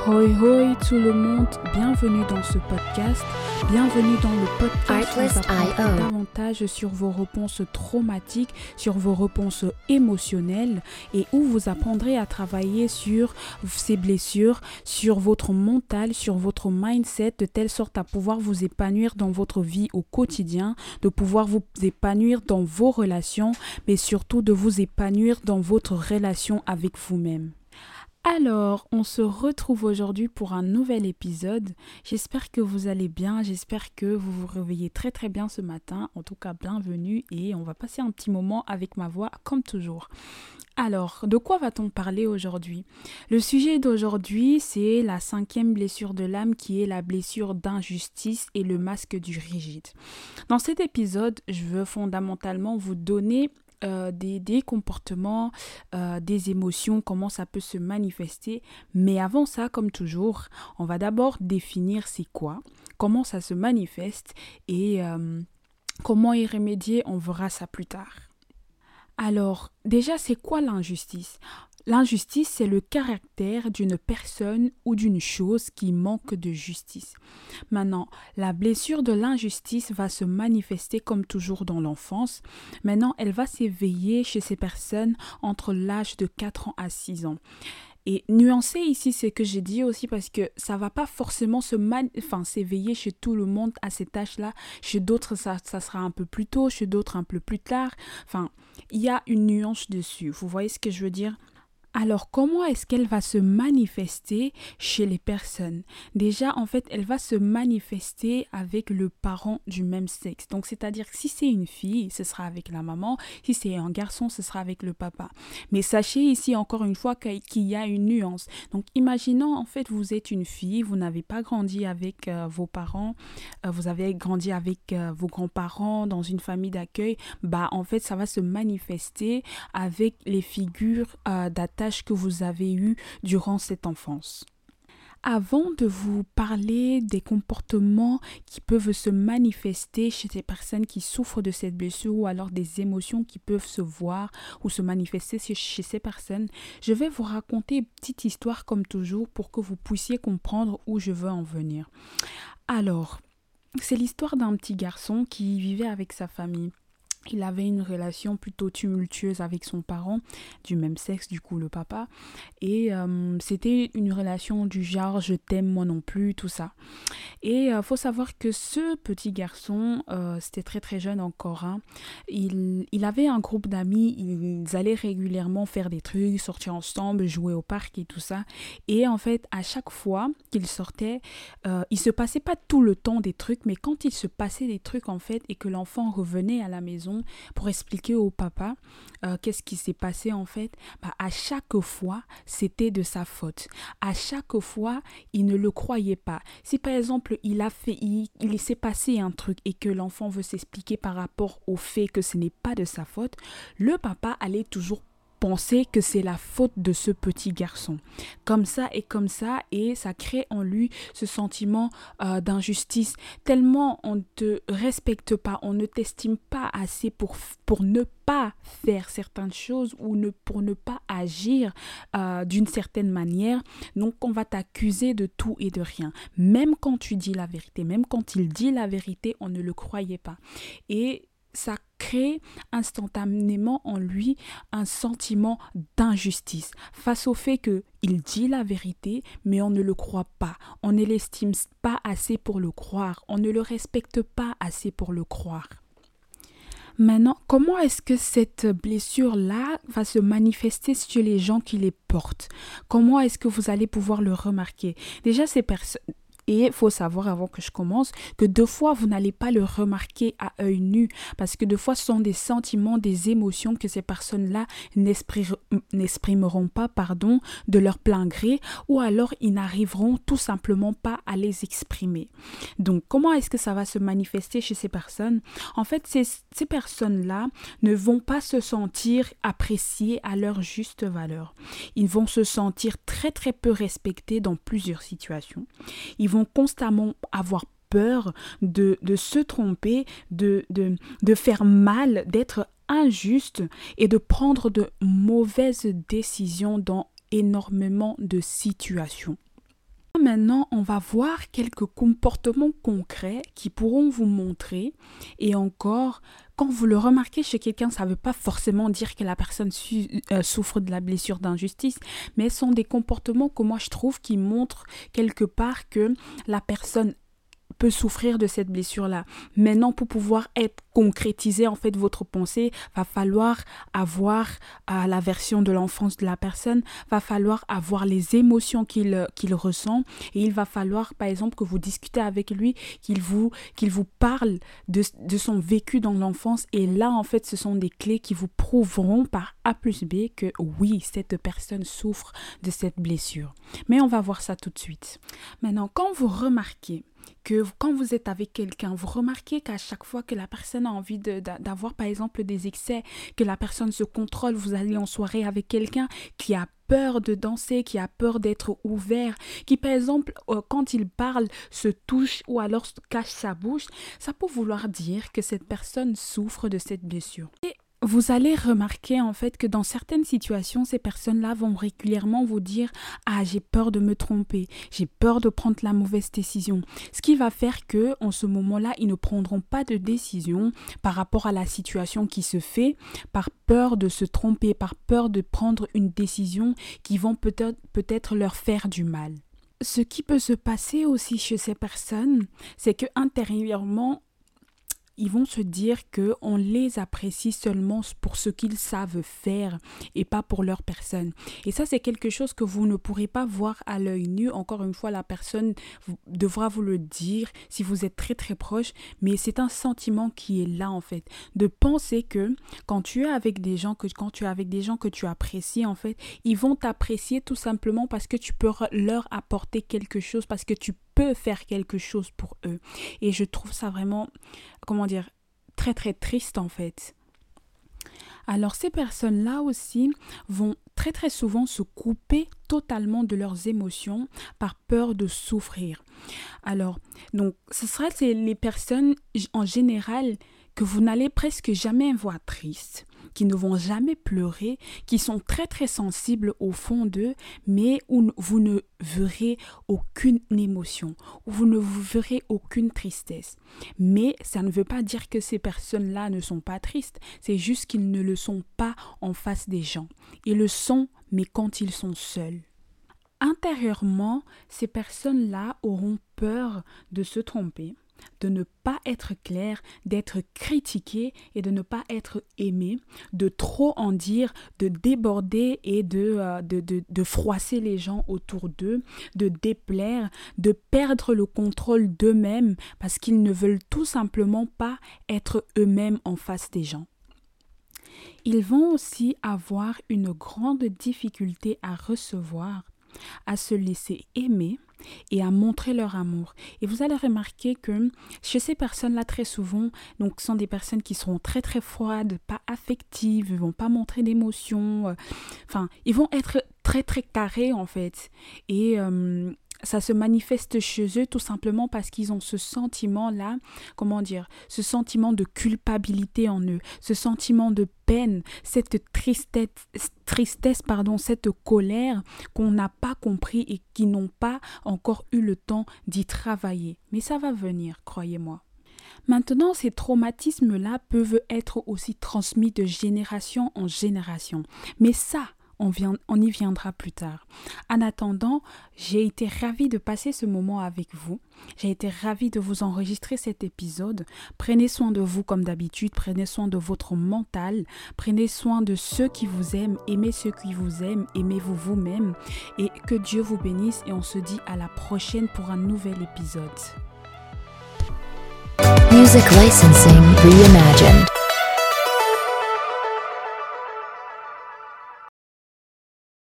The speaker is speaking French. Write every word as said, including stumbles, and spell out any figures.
Hoi hoi tout le monde, bienvenue dans ce podcast, bienvenue dans le podcast où vous apprendrez davantage sur vos réponses traumatiques, sur vos réponses émotionnelles et où vous apprendrez à travailler sur ces blessures, sur votre mental, sur votre mindset de telle sorte à pouvoir vous épanouir dans votre vie au quotidien, de pouvoir vous épanouir dans vos relations, mais surtout de vous épanouir dans votre relation avec vous-même. Alors, on se retrouve aujourd'hui pour un nouvel épisode. J'espère que vous allez bien, j'espère que vous vous réveillez très très bien ce matin. En tout cas, bienvenue et on va passer un petit moment avec ma voix comme toujours. Alors, de quoi va-t-on parler aujourd'hui ? Le sujet d'aujourd'hui, c'est la cinquième blessure de l'âme qui est la blessure d'injustice et le masque du rigide. Dans cet épisode, je veux fondamentalement vous donner Euh, des, des comportements, euh, des émotions, comment ça peut se manifester. Mais avant ça, comme toujours, on va d'abord définir c'est quoi, comment ça se manifeste et euh, comment y remédier, on verra ça plus tard. Alors, déjà, c'est quoi l'injustice ? L'injustice, c'est le caractère d'une personne ou d'une chose qui manque de justice. Maintenant, la blessure de l'injustice va se manifester comme toujours dans l'enfance. Maintenant, elle va s'éveiller chez ces personnes entre l'âge de quatre ans à six ans. Et nuancer ici ce que j'ai dit aussi parce que ça va pas forcément se man... enfin, s'éveiller chez tout le monde à cet âge-là. Chez d'autres, ça, ça sera un peu plus tôt, chez d'autres un peu plus tard. Enfin, il y a une nuance dessus. Vous voyez ce que je veux dire ? Alors, comment est-ce qu'elle va se manifester chez les personnes ? Déjà, en fait, elle va se manifester avec le parent du même sexe. Donc, c'est-à-dire que si c'est une fille, ce sera avec la maman. Si c'est un garçon, ce sera avec le papa. Mais sachez ici, encore une fois, qu'il y a une nuance. Donc, imaginons, en fait, vous êtes une fille, vous n'avez pas grandi avec euh, vos parents, euh, vous avez grandi avec euh, vos grands-parents dans une famille d'accueil. Bah, en fait, ça va se manifester avec les figures euh, d'attache que vous avez eues durant cette enfance. Avant de vous parler des comportements qui peuvent se manifester chez ces personnes qui souffrent de cette blessure ou alors des émotions qui peuvent se voir ou se manifester chez ces personnes, je vais vous raconter une petite histoire comme toujours pour que vous puissiez comprendre où je veux en venir. Alors, c'est l'histoire d'un petit garçon qui vivait avec sa famille. Il avait une relation plutôt tumultueuse avec son parent, du même sexe, du coup le papa. Et euh, c'était une relation du genre « je t'aime, moi non plus », tout ça. Et il euh, faut savoir que ce petit garçon, euh, c'était très très jeune encore, hein, il, il avait un groupe d'amis, ils allaient régulièrement faire des trucs, sortir ensemble, jouer au parc et tout ça. Et en fait, à chaque fois qu'ils sortaient, euh, il se passait pas tout le temps des trucs, mais quand il se passait des trucs en fait et que l'enfant revenait à la maison, pour expliquer au papa euh, qu'est-ce qui s'est passé en fait, bah, à chaque fois c'était de sa faute. À chaque fois il ne le croyait pas. Si par exemple il a fait, il, il s'est passé un truc et que l'enfant veut s'expliquer par rapport au fait que ce n'est pas de sa faute, le papa allait toujours penser que c'est la faute de ce petit garçon. Comme ça et comme ça, et ça crée en lui ce sentiment euh, d'injustice. Tellement on ne te respecte pas, on ne t'estime pas assez pour, pour ne pas faire certaines choses ou ne, pour ne pas agir euh, d'une certaine manière. Donc on va t'accuser de tout et de rien. Même quand tu dis la vérité, même quand il dit la vérité, on ne le croyait pas. Et ça crée instantanément en lui un sentiment d'injustice face au fait qu'il dit la vérité, mais on ne le croit pas. On ne l'estime pas assez pour le croire. On ne le respecte pas assez pour le croire. Maintenant, comment est-ce que cette blessure-là va se manifester chez les gens qui les portent ? Comment est-ce que vous allez pouvoir le remarquer ? Déjà, ces personnes... Et il faut savoir avant que je commence que deux fois vous n'allez pas le remarquer à œil nu parce que deux fois ce sont des sentiments, des émotions que ces personnes-là n'exprimeront pas pardon, de leur plein gré ou alors ils n'arriveront tout simplement pas à les exprimer. Donc comment est-ce que ça va se manifester chez ces personnes ? En fait ces, ces personnes-là ne vont pas se sentir appréciées à leur juste valeur. Ils vont se sentir très très peu respectés dans plusieurs situations. Ils vont constamment avoir peur de, de se tromper, de, de, de faire mal, d'être injuste et de prendre de mauvaises décisions dans énormément de situations. maintenant, on va voir quelques comportements concrets qui pourront vous montrer, et encore, quand vous le remarquez chez quelqu'un, ça ne veut pas forcément dire que la personne su- euh, souffre de la blessure d'injustice, mais ce sont des comportements que moi je trouve qui montrent quelque part que la personne peut souffrir de cette blessure-là. Maintenant, pour pouvoir être concrétisé, en fait, votre pensée, va falloir avoir euh, la version de l'enfance de la personne, va falloir avoir les émotions qu'il, qu'il ressent, et il va falloir, par exemple, que vous discutez avec lui, qu'il vous, qu'il vous parle de, de son vécu dans l'enfance, et là, en fait, ce sont des clés qui vous prouveront par A plus B que oui, cette personne souffre de cette blessure. Mais on va voir ça tout de suite. Maintenant, quand vous remarquez que quand vous êtes avec quelqu'un, vous remarquez qu'à chaque fois que la personne a envie de, d'avoir par exemple des excès, que la personne se contrôle, vous allez en soirée avec quelqu'un qui a peur de danser, qui a peur d'être ouvert, qui par exemple euh, quand il parle se touche ou alors cache sa bouche, ça peut vouloir dire que cette personne souffre de cette blessure. Et vous allez remarquer en fait que dans certaines situations, ces personnes-là vont régulièrement vous dire « Ah, j'ai peur de me tromper, j'ai peur de prendre la mauvaise décision ». Ce qui va faire que, en ce moment-là, ils ne prendront pas de décision par rapport à la situation qui se fait, par peur de se tromper, par peur de prendre une décision qui vont peut-être, peut-être leur faire du mal. Ce qui peut se passer aussi chez ces personnes, c'est que intérieurement, ils vont se dire qu'on les apprécie seulement pour ce qu'ils savent faire et pas pour leur personne. Et ça, c'est quelque chose que vous ne pourrez pas voir à l'œil nu. Encore une fois, la personne devra vous le dire si vous êtes très très proche. Mais c'est un sentiment qui est là en fait. De penser que quand tu es avec des gens que, quand tu es avec des gens que tu apprécies en fait, ils vont t'apprécier tout simplement parce que tu peux leur apporter quelque chose, parce que tu peux faire quelque chose pour eux. Et je trouve ça vraiment, comment dire, très très triste en fait. Alors ces personnes-là aussi vont très très souvent se couper totalement de leurs émotions par peur de souffrir. Alors, donc ce sera les personnes en général que vous n'allez presque jamais voir tristes, qui ne vont jamais pleurer, qui sont très très sensibles au fond d'eux, mais où vous ne verrez aucune émotion, où vous ne vous verrez aucune tristesse. Mais ça ne veut pas dire que ces personnes-là ne sont pas tristes, c'est juste qu'ils ne le sont pas en face des gens. Ils le sont, mais quand ils sont seuls. Intérieurement, ces personnes-là auront peur de se tromper, de ne pas être clair, d'être critiqué et de ne pas être aimé, de trop en dire, de déborder et de, euh, de, de, de froisser les gens autour d'eux, de déplaire, de perdre le contrôle d'eux-mêmes parce qu'ils ne veulent tout simplement pas être eux-mêmes en face des gens. Ils vont aussi avoir une grande difficulté à recevoir, à se laisser aimer et à montrer leur amour. Et vous allez remarquer que chez ces personnes-là, très souvent, donc, sont des personnes qui seront très très froides, pas affectives, ils vont pas montrer d'émotions, euh, enfin, ils vont être très très carrés en fait. Et euh, ça se manifeste chez eux tout simplement parce qu'ils ont ce sentiment-là, comment dire, ce sentiment de culpabilité en eux, ce sentiment de peine, cette tristesse, tristesse pardon, cette colère qu'on n'a pas compris et qui n'ont pas encore eu le temps d'y travailler. Mais ça va venir, croyez-moi. Maintenant, ces traumatismes-là peuvent être aussi transmis de génération en génération. Mais ça, On, vient, on y viendra plus tard. En attendant, j'ai été ravie de passer ce moment avec vous. J'ai été ravie de vous enregistrer cet épisode. Prenez soin de vous comme d'habitude. Prenez soin de votre mental. Prenez soin de ceux qui vous aiment. Aimez ceux qui vous aiment. Aimez-vous vous-même. Et que Dieu vous bénisse. Et on se dit à la prochaine pour un nouvel épisode. Music licensing reimagined.